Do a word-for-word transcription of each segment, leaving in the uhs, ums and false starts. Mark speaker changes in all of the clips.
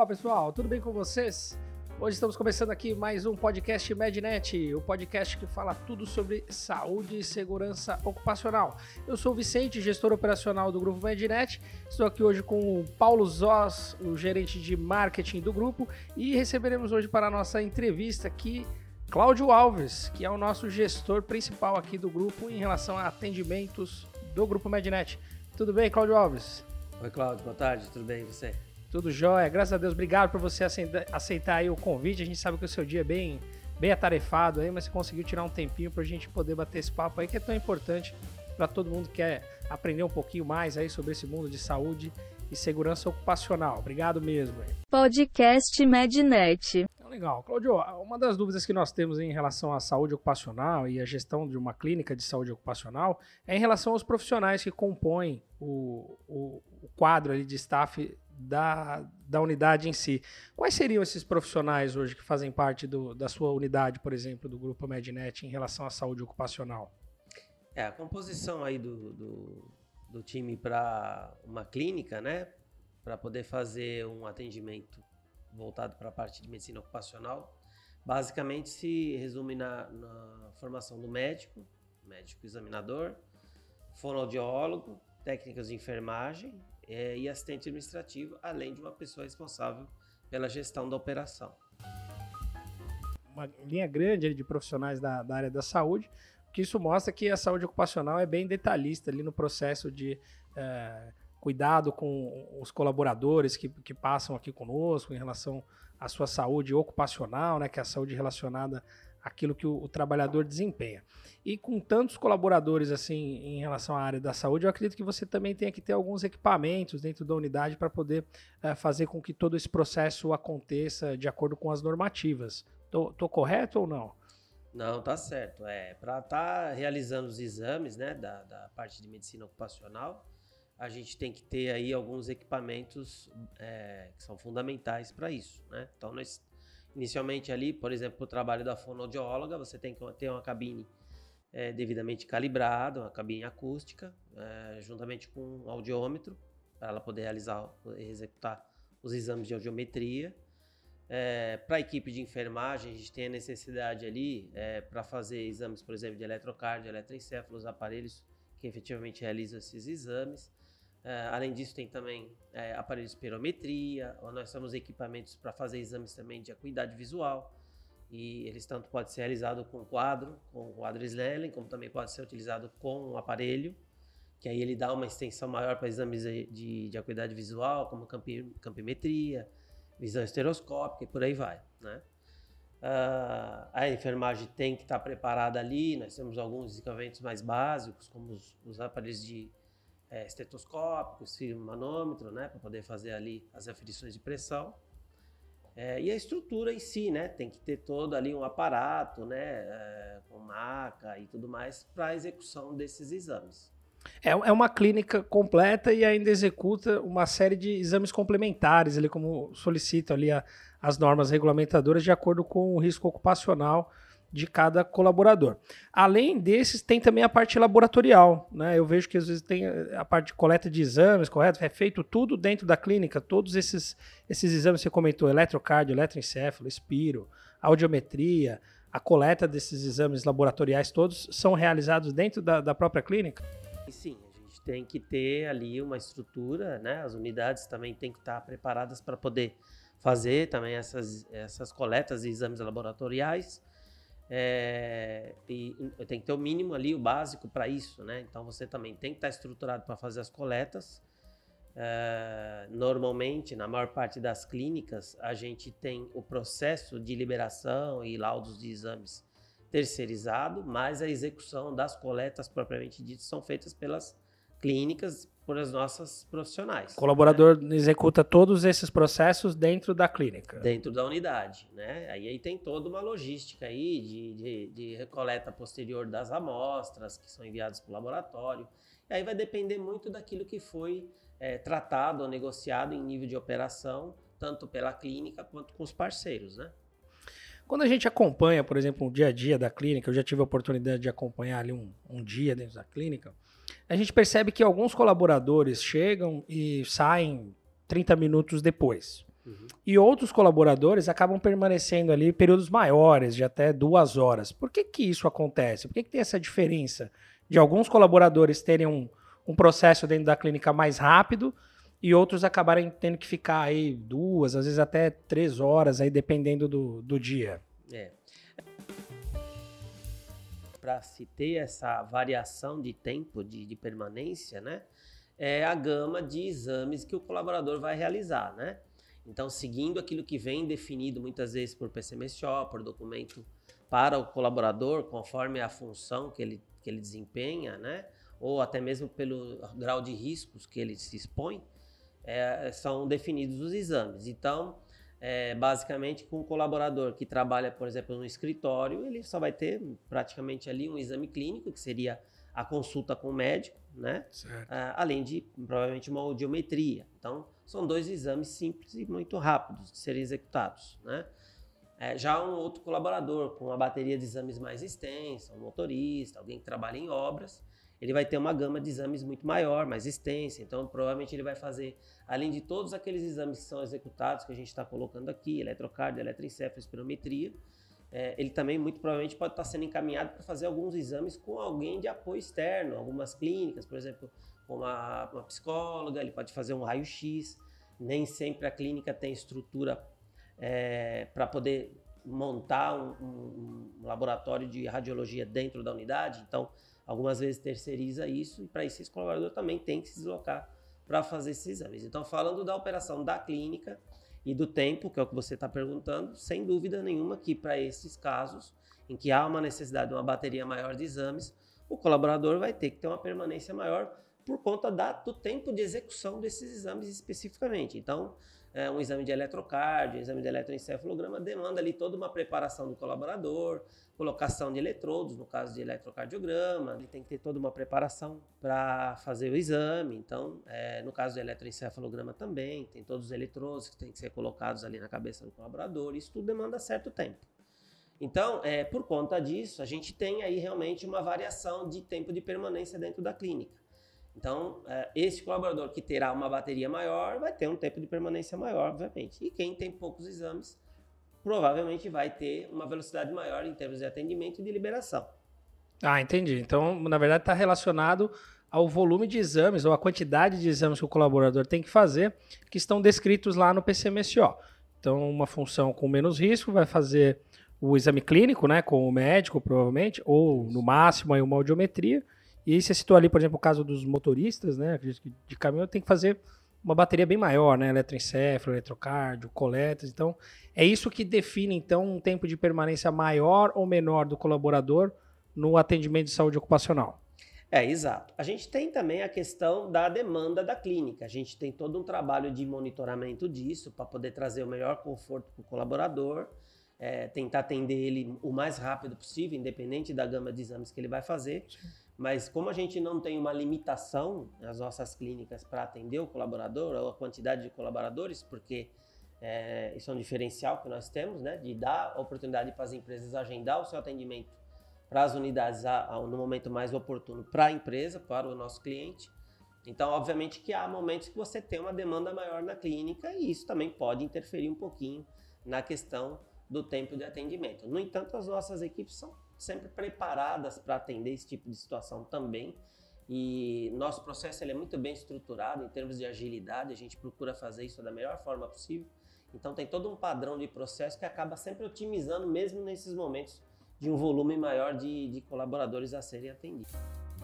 Speaker 1: Fala pessoal, tudo bem com vocês? Hoje estamos começando aqui mais um podcast MedNet, o podcast que fala tudo sobre saúde e segurança ocupacional. Eu sou o Vicente, gestor operacional do Grupo MedNet, estou aqui hoje com o Paulo Zoss, o gerente de marketing do grupo, e receberemos hoje para a nossa entrevista aqui Cláudio Alves, que é o nosso gestor principal aqui do grupo em relação a atendimentos do Grupo MedNet. Tudo bem, Cláudio Alves?
Speaker 2: Oi, Cláudio, boa tarde, tudo bem e você?
Speaker 1: Tudo jóia, graças a Deus, obrigado por você aceitar aí o convite, a gente sabe que o seu dia é bem, bem atarefado aí, mas você conseguiu tirar um tempinho pra gente poder bater esse papo aí, que é tão importante para todo mundo que quer aprender um pouquinho mais aí sobre esse mundo de saúde e segurança ocupacional. Obrigado mesmo. Aí.
Speaker 3: Podcast MedNet.
Speaker 1: Legal. Cláudio, uma das dúvidas que nós temos em relação à saúde ocupacional e à gestão de uma clínica de saúde ocupacional é em relação aos profissionais que compõem o, o, o quadro ali de staff da, da unidade em si. Quais seriam esses profissionais hoje que fazem parte do, da sua unidade, por exemplo, do Grupo MedNet em relação à saúde ocupacional?
Speaker 2: É, a composição aí do, do, do time para uma clínica, né, para poder fazer um atendimento voltado para a parte de medicina ocupacional, basicamente se resume na, na formação do médico, médico examinador, fonoaudiólogo, técnicas de enfermagem é, e assistente administrativo, além de uma pessoa responsável pela gestão da operação.
Speaker 1: Uma linha grande de profissionais da, da área da saúde, que isso mostra que a saúde ocupacional é bem detalhista ali no processo de é, cuidado com os colaboradores que, que passam aqui conosco em relação à sua saúde ocupacional, né, que é a saúde relacionada àquilo que o, o trabalhador desempenha. E com tantos colaboradores assim em relação à área da saúde, eu acredito que você também tenha que ter alguns equipamentos dentro da unidade para poder é, fazer com que todo esse processo aconteça de acordo com as normativas. Tô, tô correto ou não?
Speaker 2: Não, tá certo. É, para estar tá realizando os exames, né, da, da parte de medicina ocupacional, a gente tem que ter aí alguns equipamentos é, que são fundamentais para isso, né? Então, nós, inicialmente ali, por exemplo, para o trabalho da fonoaudióloga, você tem que ter uma cabine é, devidamente calibrada, uma cabine acústica, é, juntamente com um audiômetro, para ela poder realizar e executar os exames de audiometria. É, para a equipe de enfermagem, a gente tem a necessidade ali é, para fazer exames, por exemplo, de eletrocardio, eletroencefalo, os aparelhos que efetivamente realizam esses exames. É, além disso, tem também é, aparelhos de espirometria, nós temos equipamentos para fazer exames também de acuidade visual, e eles tanto podem ser realizados com quadro, com quadro Snellen, como também pode ser utilizado com um aparelho, que aí ele dá uma extensão maior para exames de, de acuidade visual, como campi, campimetria, visão estereoscópica e por aí vai, né? Uh, a enfermagem tem que estar preparada ali, nós temos alguns equipamentos mais básicos, como os, os aparelhos de é, estetoscópio, esfigmomanômetro, né, para poder fazer ali as aferições de pressão. É, e a estrutura em si, né, tem que ter todo ali um aparato, né, é, com maca e tudo mais para a execução desses exames.
Speaker 1: É, é uma clínica completa e ainda executa uma série de exames complementares, ali, como solicitam ali a, as normas regulamentadoras de acordo com o risco ocupacional de cada colaborador. Além desses, tem também a parte laboratorial, né? Eu vejo que às vezes tem a parte de coleta de exames, correto? É feito tudo dentro da clínica, todos esses, esses exames que você comentou, eletrocardio, eletroencefalo, espiro, audiometria, a coleta desses exames laboratoriais todos são realizados dentro da, da própria clínica?
Speaker 2: Sim, a gente tem que ter ali uma estrutura, né? As unidades também têm que estar preparadas para poder fazer também essas, essas coletas de exames laboratoriais. É, e tem que ter o mínimo ali, o básico para isso, né? Então você também tem que estar estruturado para fazer as coletas. É, normalmente, na maior parte das clínicas, a gente tem o processo de liberação e laudos de exames terceirizado, mas a execução das coletas propriamente ditas são feitas pelas clínicas, por as nossas profissionais.
Speaker 1: O colaborador né? executa todos esses processos dentro da clínica.
Speaker 2: Dentro da unidade, né? Aí, aí tem toda uma logística aí de, de, de recoleta posterior das amostras que são enviadas para o laboratório. E aí vai depender muito daquilo que foi é, tratado ou negociado em nível de operação, tanto pela clínica quanto com os parceiros, né?
Speaker 1: Quando a gente acompanha, por exemplo, o dia a dia da clínica, eu já tive a oportunidade de acompanhar ali um, um dia dentro da clínica, a gente percebe que alguns colaboradores chegam e saem trinta minutos depois. Uhum. E outros colaboradores acabam permanecendo ali períodos maiores, de até duas horas. Por que que isso acontece? Por que que tem essa diferença de alguns colaboradores terem um, um processo dentro da clínica mais rápido e outros acabarem tendo que ficar aí duas, às vezes até três horas, aí dependendo do, do dia?
Speaker 2: É. Para se ter essa variação de tempo de, de permanência, né, é a gama de exames que o colaborador vai realizar, né? Então, seguindo aquilo que vem definido muitas vezes por P C M S O, por documento para o colaborador, conforme a função que ele, que ele desempenha, né? Ou até mesmo pelo grau de riscos que ele se expõe, é, são definidos os exames. Então, é, basicamente, com um colaborador que trabalha, por exemplo, no escritório, ele só vai ter praticamente ali um exame clínico, que seria a consulta com o médico, né? Ah, além de, provavelmente, uma audiometria. Então, são dois exames simples e muito rápidos de serem executados, né? É, já um outro colaborador com uma bateria de exames mais extensa, um motorista, alguém que trabalha em obras, ele vai ter uma gama de exames muito maior, mais extensa. Então, provavelmente, ele vai fazer, além de todos aqueles exames que são executados, que a gente está colocando aqui, eletrocardio, eletroencefalo, espirometria, é, ele também, muito provavelmente, pode estar sendo encaminhado para fazer alguns exames com alguém de apoio externo, algumas clínicas, por exemplo, com uma, uma psicóloga, ele pode fazer um raio-x. Nem sempre a clínica tem estrutura é, para poder montar um, um, um laboratório de radiologia dentro da unidade, então, algumas vezes terceiriza isso, e para isso esse colaborador também tem que se deslocar para fazer esses exames. Então, falando da operação da clínica e do tempo, que é o que você está perguntando, sem dúvida nenhuma que para esses casos em que há uma necessidade de uma bateria maior de exames, o colaborador vai ter que ter uma permanência maior por conta da, do tempo de execução desses exames especificamente. Então, é, um exame de eletrocardio, um exame de eletroencefalograma demanda ali toda uma preparação do colaborador, colocação de eletrodos, no caso de eletrocardiograma, ele tem que ter toda uma preparação para fazer o exame. Então, é, no caso do eletroencefalograma também, tem todos os eletrodos que têm que ser colocados ali na cabeça do colaborador, isso tudo demanda certo tempo. Então, é, por conta disso, a gente tem aí realmente uma variação de tempo de permanência dentro da clínica. Então, esse colaborador que terá uma bateria maior vai ter um tempo de permanência maior, obviamente. E quem tem poucos exames, provavelmente vai ter uma velocidade maior em termos de atendimento e de liberação.
Speaker 1: Ah, entendi. Então, na verdade, está relacionado ao volume de exames ou a quantidade de exames que o colaborador tem que fazer, que estão descritos lá no P C M S O. Então, uma função com menos risco vai fazer o exame clínico, né, com o médico, provavelmente, ou, no máximo, aí uma audiometria. E aí você citou ali, por exemplo, o caso dos motoristas, né, de caminhão, tem que fazer uma bateria bem maior, né, eletroencefalo, eletrocardio, coletas. Então, é isso que define, então, um tempo de permanência maior ou menor do colaborador no atendimento de saúde ocupacional.
Speaker 2: É, exato. A gente tem também a questão da demanda da clínica. A gente tem todo um trabalho de monitoramento disso para poder trazer o melhor conforto para o colaborador, é, tentar atender ele o mais rápido possível, independente da gama de exames que ele vai fazer. Sim. Mas como a gente não tem uma limitação nas nossas clínicas para atender o colaborador, ou a quantidade de colaboradores, porque é, isso é um diferencial que nós temos, né, de dar oportunidade para as empresas agendar o seu atendimento para as unidades a, a, no momento mais oportuno para a empresa, para o nosso cliente. Então, obviamente que há momentos que você tem uma demanda maior na clínica e isso também pode interferir um pouquinho na questão do tempo de atendimento. No entanto, as nossas equipes são sempre preparadas para atender esse tipo de situação também. E nosso processo ele é muito bem estruturado em termos de agilidade, a gente procura fazer isso da melhor forma possível. Então tem todo um padrão de processo que acaba sempre otimizando, mesmo nesses momentos de um volume maior de, de colaboradores a serem atendidos.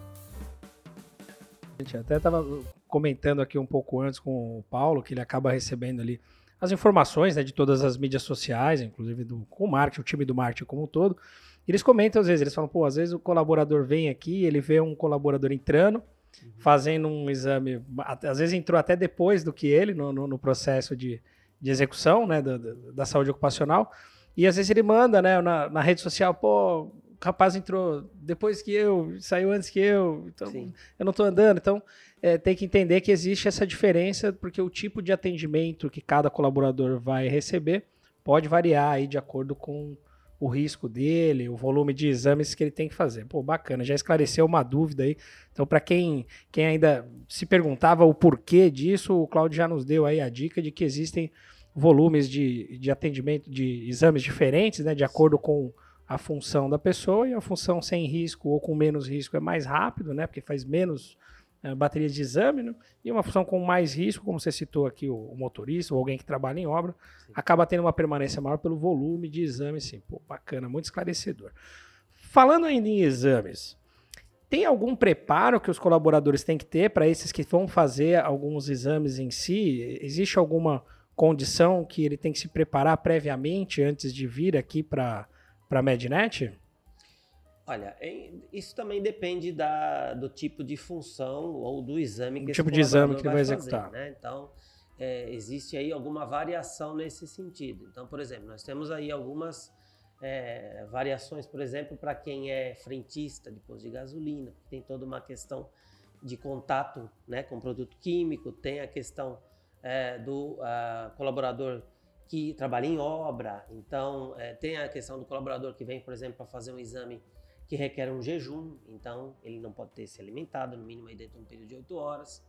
Speaker 1: A gente até estava comentando aqui um pouco antes com o Paulo, que ele acaba recebendo ali as informações, né, de todas as mídias sociais, inclusive do, com o marketing, o time do marketing como um todo. Eles comentam às vezes, eles falam, pô, às vezes o colaborador vem aqui, ele vê um colaborador entrando, uhum. fazendo um exame, às vezes entrou até depois do que ele, no, no, no processo de, de execução, né, da, da saúde ocupacional, e às vezes ele manda, né, na, na rede social, pô, o rapaz entrou depois que eu, saiu antes que eu, então Sim. eu não estou andando, então é, tem que entender que existe essa diferença, porque o tipo de atendimento que cada colaborador vai receber pode variar aí de acordo com o risco dele, o volume de exames que ele tem que fazer. Pô, bacana, já esclareceu uma dúvida aí. Então, para quem, quem ainda se perguntava o porquê disso, o Cláudio já nos deu aí a dica de que existem volumes de, de atendimento, de exames diferentes, né, de acordo com a função da pessoa, e a função sem risco ou com menos risco é mais rápido, né, porque faz menos uh, baterias de exame, né, e uma função com mais risco, como você citou aqui, o, o motorista ou alguém que trabalha em obra, sim, acaba tendo uma permanência maior pelo volume de exame, sim. Pô, bacana, muito esclarecedor. Falando ainda em exames, tem algum preparo que os colaboradores têm que ter para esses que vão fazer alguns exames em si? Existe alguma condição que ele tem que se preparar previamente antes de vir aqui para a Mednet?
Speaker 2: Olha, isso também depende da, do tipo de função ou do exame que
Speaker 1: o
Speaker 2: esse
Speaker 1: tipo de exame que
Speaker 2: vai,
Speaker 1: vai
Speaker 2: fazer,
Speaker 1: executar.
Speaker 2: Né? Então, é, existe aí alguma variação nesse sentido. Então, por exemplo, nós temos aí algumas é, variações, por exemplo, para quem é frentista de posto de gasolina, tem toda uma questão de contato, né, com produto químico, tem a questão é, do uh, colaborador que trabalha em obra, então é, tem a questão do colaborador que vem, por exemplo, para fazer um exame que requer um jejum, então ele não pode ter se alimentado, no mínimo aí dentro de um período de oito horas.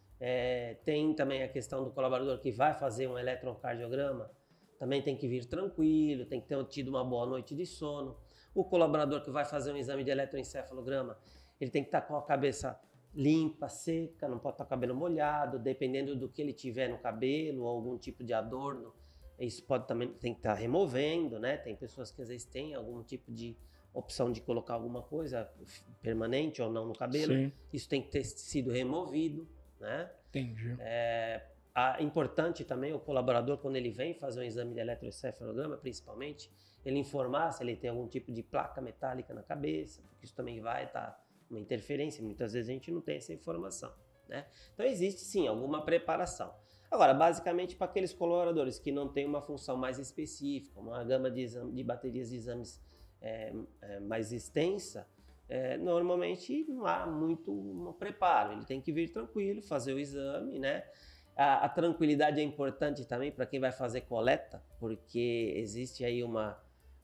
Speaker 2: É, tem também a questão do colaborador que vai fazer um eletrocardiograma, também tem que vir tranquilo, tem que ter tido uma boa noite de sono. O colaborador que vai fazer um exame de eletroencefalograma, ele tem que estar com a cabeça limpa, seca, não pode estar com o cabelo molhado, dependendo do que ele tiver no cabelo ou algum tipo de adorno, isso pode também, tem que estar removendo, né? Tem pessoas que às vezes têm algum tipo de opção de colocar alguma coisa permanente ou não no cabelo. Sim. Isso tem que ter sido removido, né?
Speaker 1: Entendi.
Speaker 2: É a, importante também o colaborador, quando ele vem fazer um exame de eletroencefalograma, principalmente, ele informar se ele tem algum tipo de placa metálica na cabeça, porque isso também vai estar uma interferência, muitas vezes a gente não tem essa informação, né? Então existe sim alguma preparação. Agora, basicamente para aqueles colaboradores que não têm uma função mais específica, uma gama de, exame, de baterias de exames é, é, mais extensa, é, normalmente não há muito um preparo, ele tem que vir tranquilo, fazer o exame, né? A, a tranquilidade é importante também para quem vai fazer coleta, porque existe aí uma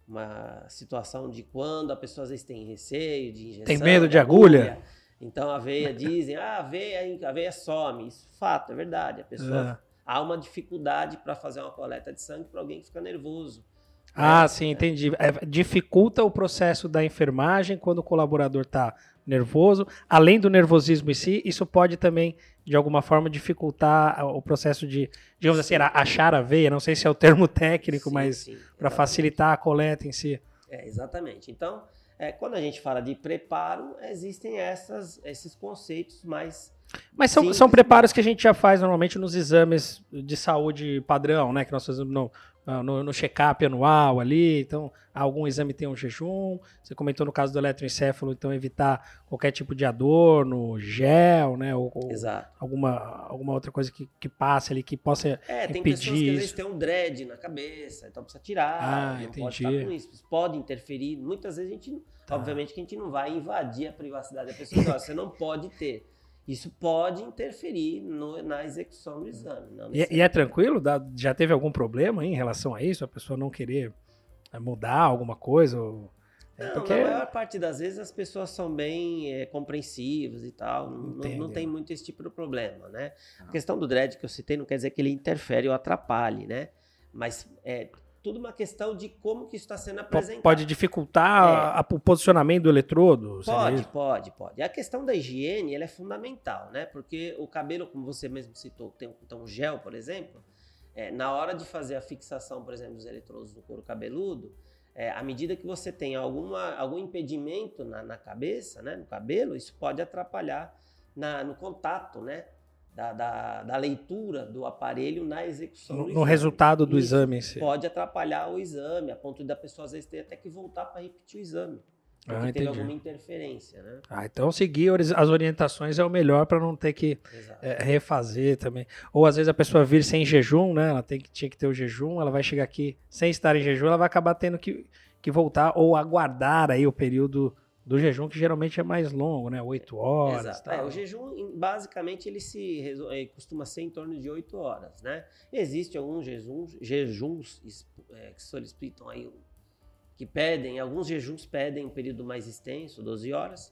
Speaker 2: uma situação de quando a pessoa às vezes tem receio de injeção.
Speaker 1: Tem medo de agulha?
Speaker 2: agulha. Então a veia dizem, ah, a veia, a veia some. Isso é fato, é verdade. A pessoa, é. Há uma dificuldade para fazer uma coleta de sangue para alguém que fica nervoso.
Speaker 1: Ah,
Speaker 2: né?
Speaker 1: sim, entendi. É, dificulta o processo da enfermagem quando o colaborador está nervoso. Além do nervosismo em si, isso pode também, de alguma forma, dificultar o processo de, digamos sim. assim, achar a veia. Não sei se é o termo técnico, sim, mas para facilitar a coleta em si.
Speaker 2: É, exatamente. Então, é, quando a gente fala de preparo, existem essas, esses conceitos mais...
Speaker 1: Mas são, são preparos que a gente já faz normalmente nos exames de saúde padrão, né? Que nós fazemos no, no, no check-up anual ali. Então, algum exame tem um jejum. Você comentou no caso do eletroencefalo, então evitar qualquer tipo de adorno, gel, né? Ou, ou alguma, alguma outra coisa que, que passe ali, que possa
Speaker 2: é,
Speaker 1: impedir
Speaker 2: tem pessoas que
Speaker 1: isso.
Speaker 2: às vezes tem um dread na cabeça, então precisa tirar.
Speaker 1: Ah,
Speaker 2: não
Speaker 1: entendi.
Speaker 2: pode estar com isso. Pode interferir. Muitas vezes a gente, tá. obviamente que a gente não vai invadir a privacidade da pessoa. Não, você não pode ter. Isso pode interferir no, na execução do exame. Não
Speaker 1: e, e é tranquilo? Dá, já teve algum problema hein, em relação a isso? A pessoa não querer mudar alguma coisa? Ou...
Speaker 2: É não, porque... na maior parte das vezes as pessoas são bem é, compreensivas e tal. Não, não tem muito esse tipo de problema, né? Ah. A questão do dread que eu citei não quer dizer que ele interfere ou atrapalhe, né? Mas é tudo uma questão de como que isso está sendo apresentado.
Speaker 1: Pode dificultar é. a, a, o posicionamento do eletrodo?
Speaker 2: Pode, pode, pode. A questão da higiene ela é fundamental, né? Porque o cabelo, como você mesmo citou, tem então, o gel, por exemplo, é, na hora de fazer a fixação, por exemplo, dos eletrodos do couro cabeludo, é, à medida que você tem alguma, algum impedimento na, na cabeça, né, no cabelo, isso pode atrapalhar na, no contato, né? Da, da, da leitura do aparelho na execução
Speaker 1: no,
Speaker 2: do
Speaker 1: no
Speaker 2: exame.
Speaker 1: resultado do
Speaker 2: Isso
Speaker 1: exame em si.
Speaker 2: Pode atrapalhar o exame, a ponto da pessoa às vezes ter até que voltar para repetir o exame, porque
Speaker 1: ah,
Speaker 2: teve alguma interferência, né?
Speaker 1: Ah, então seguir as orientações é o melhor para não ter que é, refazer também. Ou às vezes a pessoa vir sem jejum, né? Ela tem que, tinha que ter o jejum, ela vai chegar aqui sem estar em jejum, ela vai acabar tendo que, que voltar ou aguardar aí o período do jejum, que geralmente é mais longo, né? Oito horas.
Speaker 2: Exato. É, o jejum, basicamente, ele se ele costuma ser em torno de oito horas, né? Existem alguns jejuns, jejuns é, que solicitam aí, que pedem, alguns jejuns pedem um período mais extenso, doze horas,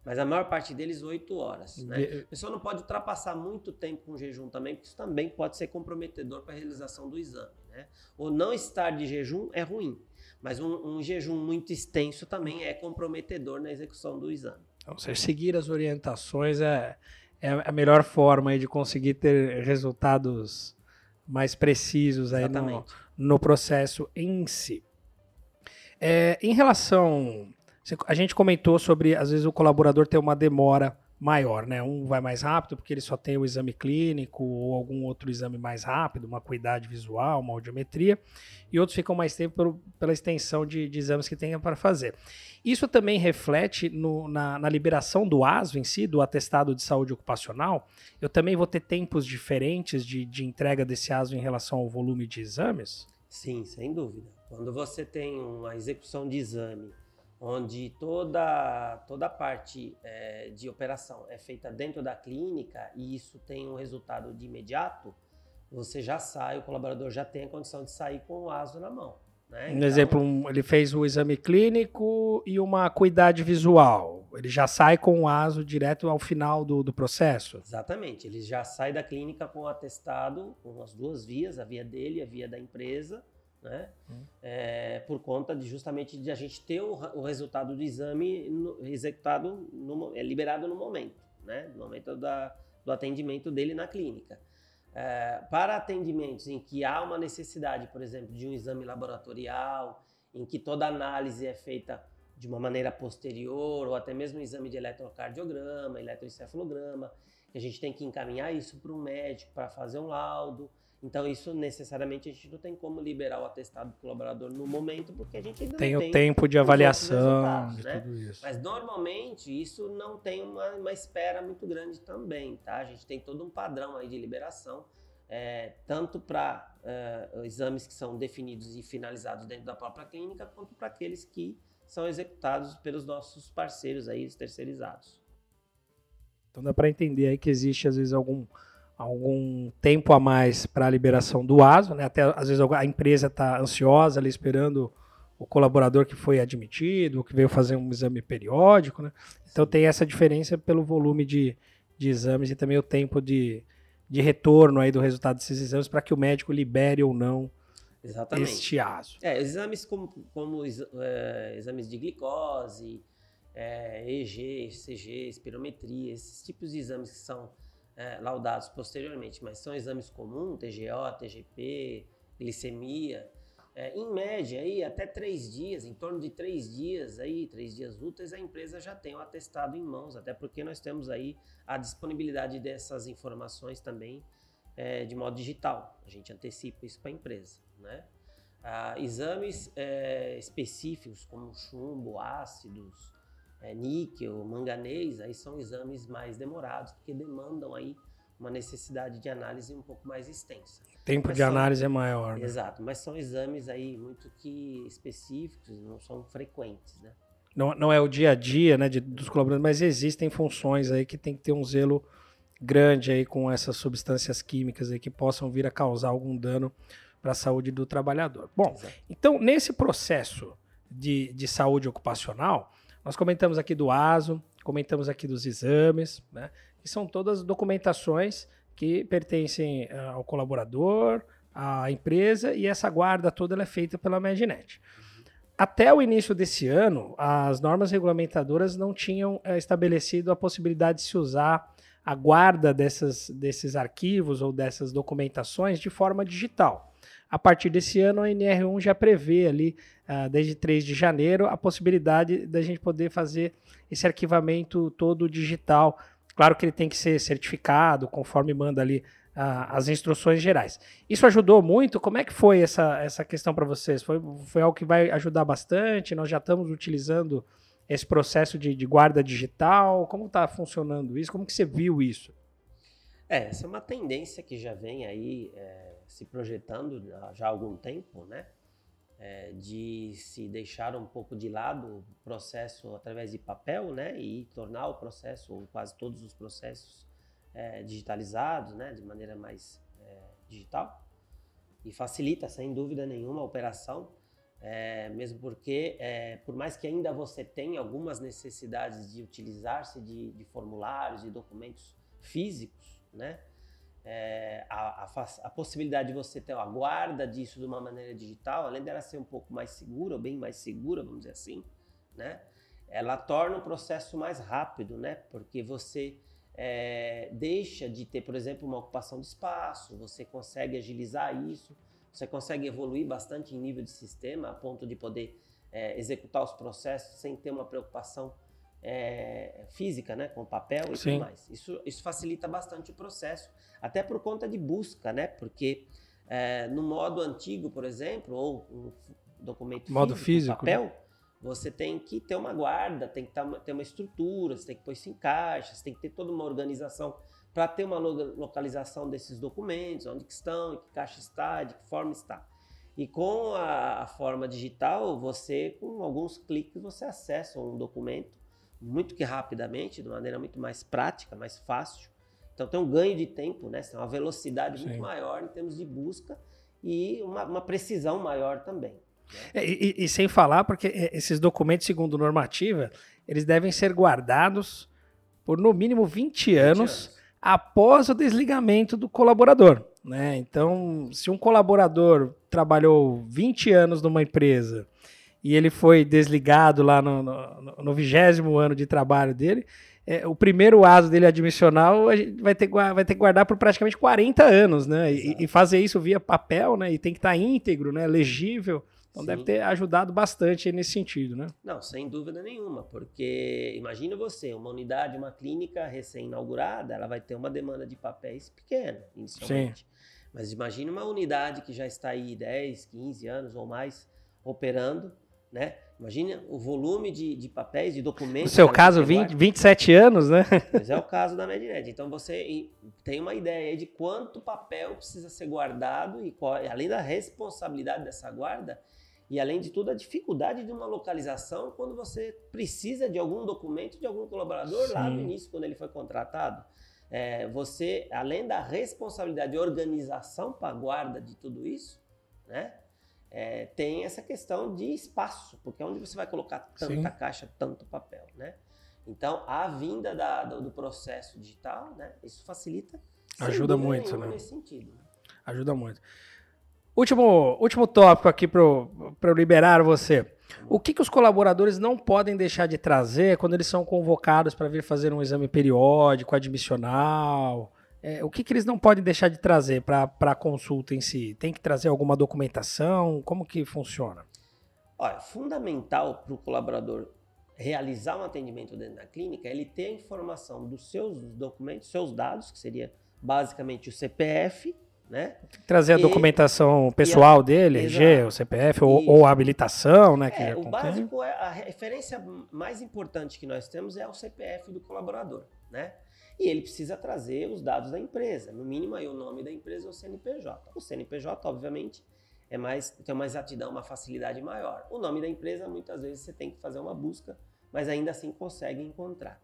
Speaker 2: Mas a maior parte deles, oito horas. Né?
Speaker 1: De-
Speaker 2: A pessoa não pode ultrapassar muito tempo com jejum também, porque isso também pode ser comprometedor para a realização do exame. Né? O não estar de jejum é ruim, mas um, um jejum muito extenso também é comprometedor na execução do exame.
Speaker 1: Então, você seguir as orientações é, é a melhor forma aí de conseguir ter resultados mais precisos aí no,
Speaker 2: Exatamente.
Speaker 1: no processo em si. É, em relação... você- A gente comentou sobre, às vezes, o colaborador ter uma demora maior, né? Um vai mais rápido porque ele só tem o exame clínico ou algum outro exame mais rápido, uma acuidade visual, uma audiometria, e outros ficam mais tempo pelo- pela extensão de, de exames que tenha para fazer. Isso também reflete no- na, na liberação do ASO em si, do atestado de saúde ocupacional. Eu também vou ter tempos diferentes de, de entrega desse ASO em relação ao volume de exames?
Speaker 2: Sim, sem dúvida. Quando você tem uma execução de exame onde toda, toda a parte é, de operação é feita dentro da clínica e isso tem um resultado de imediato, você já sai, o colaborador já tem a condição de sair com o ASO na mão. Né?
Speaker 1: Um
Speaker 2: Então,
Speaker 1: exemplo, um- ele fez o exame clínico e uma acuidade visual. Ele já sai com o ASO direto ao final do, do processo?
Speaker 2: exatamente, ele já sai da clínica com o atestado, com as duas vias, a via dele e a via da empresa, né?
Speaker 1: Hum.
Speaker 2: É, por conta de justamente de a gente ter o, ra- o resultado do exame no- executado, no mo- é, liberado no momento, né? No momento da, do atendimento dele na clínica. É, para atendimentos em que há uma necessidade, por exemplo, de um exame laboratorial, em que toda análise é feita de uma maneira posterior, ou até mesmo um exame de eletrocardiograma, eletroencefalograma, que a gente tem que encaminhar isso para um médico para fazer um laudo. Então, isso necessariamente a gente não tem como liberar o atestado do colaborador no momento, porque a gente ainda
Speaker 1: Tem
Speaker 2: não
Speaker 1: o
Speaker 2: tem
Speaker 1: tempo de
Speaker 2: os outros
Speaker 1: avaliação
Speaker 2: resultados,
Speaker 1: de
Speaker 2: né?
Speaker 1: tudo isso.
Speaker 2: Mas normalmente isso não tem uma, uma espera muito grande também, tá? A gente tem todo um padrão aí de liberação, é, tanto para uh, exames que são definidos e finalizados dentro da própria clínica, quanto para aqueles que são executados pelos nossos parceiros aí, os terceirizados.
Speaker 1: Então dá para entender aí que existe às vezes algum, algum tempo a mais para a liberação do ASO, né? Até às vezes a empresa está ansiosa ali esperando o colaborador que foi admitido, ou que veio fazer um exame periódico, né? Então
Speaker 2: Sim.
Speaker 1: tem essa diferença pelo volume de, de exames e também o tempo de, de retorno aí do resultado desses exames para que o médico libere ou não
Speaker 2: Exatamente.
Speaker 1: este ASO.
Speaker 2: É, exames como, como exa- é, exames de glicose, é, E G, C G, espirometria, esses tipos de exames que são é, laudados posteriormente, mas são exames comuns, T G O, T G P, glicemia, é, em média aí até três dias, em torno de três dias aí, três dias úteis, a empresa já tem o atestado em mãos, até porque nós temos aí a disponibilidade dessas informações também é, de modo digital. A gente antecipa isso para a empresa, né? Ah, exames é, específicos como chumbo, ácidos, é, níquel, manganês, aí são exames mais demorados, porque demandam aí uma necessidade de análise um pouco mais extensa.
Speaker 1: O tempo
Speaker 2: Mas
Speaker 1: de
Speaker 2: são-
Speaker 1: análise é maior, né?
Speaker 2: Exato, mas são exames aí muito que específicos, não são frequentes, né?
Speaker 1: Não, não é o dia a dia, né, de, dos colaboradores, mas existem funções aí que tem que ter um zelo grande aí com essas substâncias químicas aí que possam vir a causar algum dano para a saúde do trabalhador. Bom,
Speaker 2: Exato.
Speaker 1: então nesse processo de, de saúde ocupacional, nós comentamos aqui do ASO, comentamos aqui dos exames, né, que são todas documentações que pertencem ah, ao colaborador, à empresa, e essa guarda toda ela é feita pela Medinet. Até o início desse ano, as normas regulamentadoras não tinham eh, estabelecido a possibilidade de se usar a guarda dessas, desses arquivos ou dessas documentações de forma digital. A partir desse ano, a N R um já prevê ali, ah, desde três de janeiro, a possibilidade da gente poder fazer esse arquivamento todo digital. Claro que ele tem que ser certificado, conforme manda ali ah, as instruções gerais. Isso ajudou muito? Como é que foi essa, essa questão para vocês? Foi, foi algo que vai ajudar bastante? Nós já estamos utilizando esse processo de, de guarda digital? Como está funcionando isso? Como que você viu isso?
Speaker 2: É, essa é uma tendência que já vem aí é, se projetando já há algum tempo, né? É, de se deixar um pouco de lado o processo através de papel, né? E tornar o processo, ou quase todos os processos, é, digitalizados, né? De maneira mais é, digital. E facilita, sem dúvida nenhuma, a operação. É, mesmo porque, é, por mais que ainda você tenha algumas necessidades de utilizar-se de, de formulários e documentos físicos, né? É, a, a, a possibilidade de você ter a guarda disso de uma maneira digital, além dela ser um pouco mais segura, ou bem mais segura, vamos dizer assim, né? Ela torna o processo mais rápido, né? Porque você é, deixa de ter, por exemplo, uma ocupação de espaço, você consegue agilizar isso, você consegue evoluir bastante em nível de sistema, a ponto de poder é, executar os processos sem ter uma preocupação É, física, né, com papel e
Speaker 1: Sim.
Speaker 2: tudo mais. Isso, isso facilita bastante o processo, até por conta de busca, né, porque é, no modo antigo, por exemplo, ou um documento
Speaker 1: modo
Speaker 2: físico,
Speaker 1: físico,
Speaker 2: papel,
Speaker 1: né?
Speaker 2: você tem que ter uma guarda, tem que ter uma estrutura, você tem que pôr isso em caixas, tem que ter toda uma organização para ter uma localização desses documentos, onde que estão, em que caixa está, de que forma está. E com a, a forma digital, você, com alguns cliques, você acessa um documento muito que rapidamente, de maneira muito mais prática, mais fácil. Então tem um ganho de tempo, né? Tem uma velocidade
Speaker 1: Sim.
Speaker 2: muito maior em termos de busca e uma, uma precisão maior também. Né?
Speaker 1: É, e, e sem falar, porque esses documentos, segundo normativa, eles devem ser guardados por no mínimo vinte anos,
Speaker 2: anos.
Speaker 1: após o desligamento do colaborador. Né? Então, se um colaborador trabalhou vinte anos numa empresa e ele foi desligado lá no vigésimo ano de trabalho dele, é, o primeiro aso dele admissional a gente vai ter, vai ter que guardar por praticamente quarenta anos, né? E, e fazer isso via papel, né? E tem que estar íntegro, né? Legível. Então Sim. deve ter ajudado bastante nesse sentido, né?
Speaker 2: Não, sem dúvida nenhuma, porque imagina você, uma unidade, uma clínica recém-inaugurada, ela vai ter uma demanda de papéis pequena, inicialmente. Sim. Mas imagina uma unidade que já está aí dez, quinze anos ou mais operando, né? Imagina o volume de, de papéis, de documentos.
Speaker 1: No seu caso, vinte, vinte e sete anos, né?
Speaker 2: Mas é o caso da Medinet. Então você tem uma ideia aí de quanto papel precisa ser guardado e qual, além da responsabilidade dessa guarda e além de tudo a dificuldade de uma localização quando você precisa de algum documento de algum colaborador Sim. lá no início, quando ele foi contratado. É, você, além da responsabilidade de organização para a guarda de tudo isso, né? É, tem essa questão de espaço, porque é onde você vai colocar tanta Sim. caixa, tanto papel, né? Então, a vinda da, do, do processo digital, né? Isso facilita.
Speaker 1: Ajuda muito, né?
Speaker 2: Nesse sentido.
Speaker 1: Ajuda muito. Último, último tópico aqui para eu liberar você. O que, que os colaboradores não podem deixar de trazer quando eles são convocados para vir fazer um exame periódico, admissional? É, o que, que eles não podem deixar de trazer para a consulta em si? Tem que trazer alguma documentação? Como que funciona?
Speaker 2: Olha, fundamental para o colaborador realizar um atendimento dentro da clínica é ele ter a informação dos seus documentos, seus dados, que seria basicamente o C P F, né?
Speaker 1: Tem que trazer a
Speaker 2: e,
Speaker 1: documentação pessoal
Speaker 2: a,
Speaker 1: dele, R G, o C P F, ou, ou a habilitação, né? Que
Speaker 2: é,
Speaker 1: já
Speaker 2: o
Speaker 1: contém.
Speaker 2: básico, é a referência mais importante que nós temos é o C P F do colaborador, né? E ele precisa trazer os dados da empresa, no mínimo aí o nome da empresa é o C N P J. O C N P J, obviamente, é mais, tem uma exatidão, uma facilidade maior. O nome da empresa, muitas vezes você tem que fazer uma busca, mas ainda assim consegue encontrar.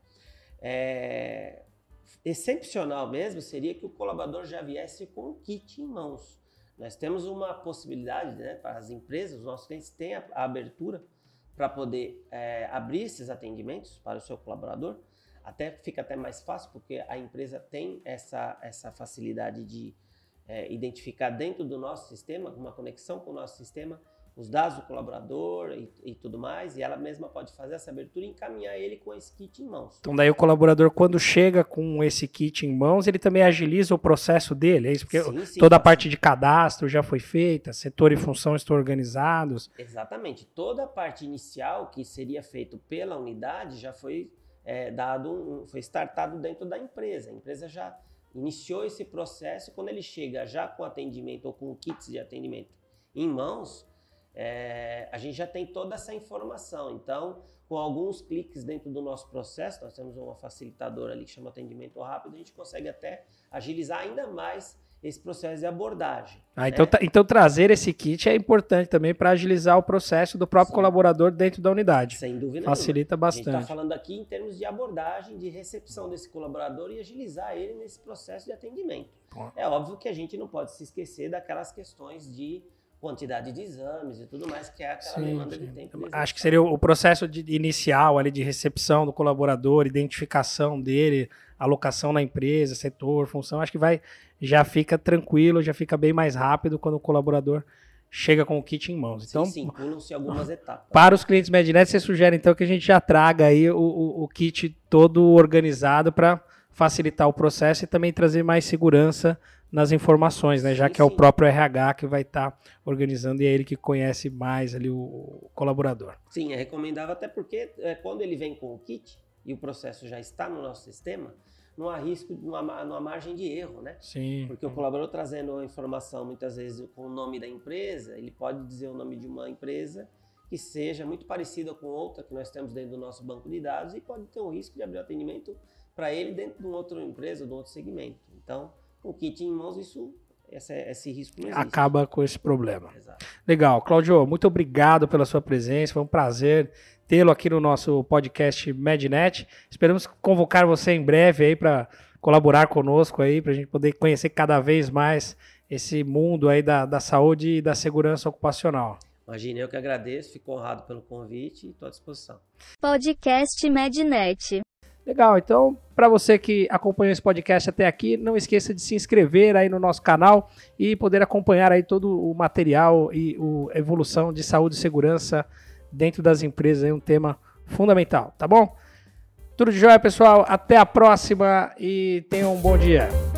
Speaker 2: É... Excepcional mesmo seria que o colaborador já viesse com o kit em mãos. Nós temos uma possibilidade, né, para as empresas, os nossos clientes têm a, a abertura para poder é, abrir esses atendimentos para o seu colaborador. Até fica até mais fácil porque a empresa tem essa, essa facilidade de é, identificar dentro do nosso sistema, uma conexão com o nosso sistema, os dados do colaborador e, e tudo mais, e ela mesma pode fazer essa abertura e encaminhar ele com esse kit em mãos.
Speaker 1: Então daí o colaborador, quando chega com esse kit em mãos, ele também agiliza o processo dele, é isso? Porque sim, sim, toda a parte de cadastro já foi feita, setor e função estão organizados.
Speaker 2: Exatamente, toda a parte inicial que seria feito pela unidade já foi é, dado, um, foi startado dentro da empresa, a empresa já iniciou esse processo, quando ele chega já com atendimento ou com kits de atendimento em mãos, É, a gente já tem toda essa informação. Então, com alguns cliques dentro do nosso processo, nós temos uma facilitadora ali que chama atendimento rápido, a gente consegue até agilizar ainda mais esse processo de abordagem.
Speaker 1: Ah,
Speaker 2: né?
Speaker 1: então, então trazer esse kit é importante também para agilizar o processo do próprio Sim. colaborador dentro da unidade.
Speaker 2: Sem dúvida
Speaker 1: Facilita
Speaker 2: nenhuma.
Speaker 1: bastante.
Speaker 2: A gente está falando aqui em termos de abordagem, de recepção desse colaborador e agilizar ele nesse processo de atendimento. Bom. É óbvio que a gente não pode se esquecer daquelas questões de quantidade de exames e tudo mais, que é aquela
Speaker 1: Sim,
Speaker 2: demanda
Speaker 1: sim.
Speaker 2: de tempo.
Speaker 1: Acho que seria o processo de, inicial ali de recepção do colaborador, identificação dele, alocação na empresa, setor, função, acho que vai, já fica tranquilo, já fica bem mais rápido quando o colaborador chega com o kit em mãos. Então,
Speaker 2: sim, sim, pulam-se algumas etapas.
Speaker 1: Para os clientes MedNet, você sugere então que a gente já traga aí o, o, o kit todo organizado para facilitar o processo e também trazer mais segurança nas informações, né? Já
Speaker 2: Sim,
Speaker 1: que é o
Speaker 2: sim.
Speaker 1: próprio R H que vai estar tá organizando e é ele que conhece mais ali o colaborador.
Speaker 2: Sim, é recomendável até porque é, quando ele vem com o kit e o processo já está no nosso sistema, não há risco de uma, uma margem de erro, né?
Speaker 1: Sim.
Speaker 2: Porque o colaborador trazendo a informação muitas vezes com o nome da empresa, ele pode dizer o nome de uma empresa que seja muito parecida com outra que nós temos dentro do nosso banco de dados e pode ter um risco de abrir o atendimento para ele dentro de uma outra empresa, de um outro segmento. Então, com o kit em mãos, isso, esse, esse risco não existe.
Speaker 1: Acaba com esse problema.
Speaker 2: Exato.
Speaker 1: Legal. Cláudio, muito obrigado pela sua presença. Foi um prazer tê-lo aqui no nosso podcast MedNet. Esperamos convocar você em breve aí para colaborar conosco aí, para a gente poder conhecer cada vez mais esse mundo aí da, da saúde e da segurança ocupacional.
Speaker 2: Imagina, eu que agradeço, fico honrado pelo convite e estou à disposição.
Speaker 3: Podcast MedNet.
Speaker 1: Legal, então, para você que acompanhou esse podcast até aqui, não esqueça de se inscrever aí no nosso canal e poder acompanhar aí todo o material e a evolução de saúde e segurança dentro das empresas, é um tema fundamental, tá bom? Tudo de jóia, pessoal, até a próxima e tenham um bom dia.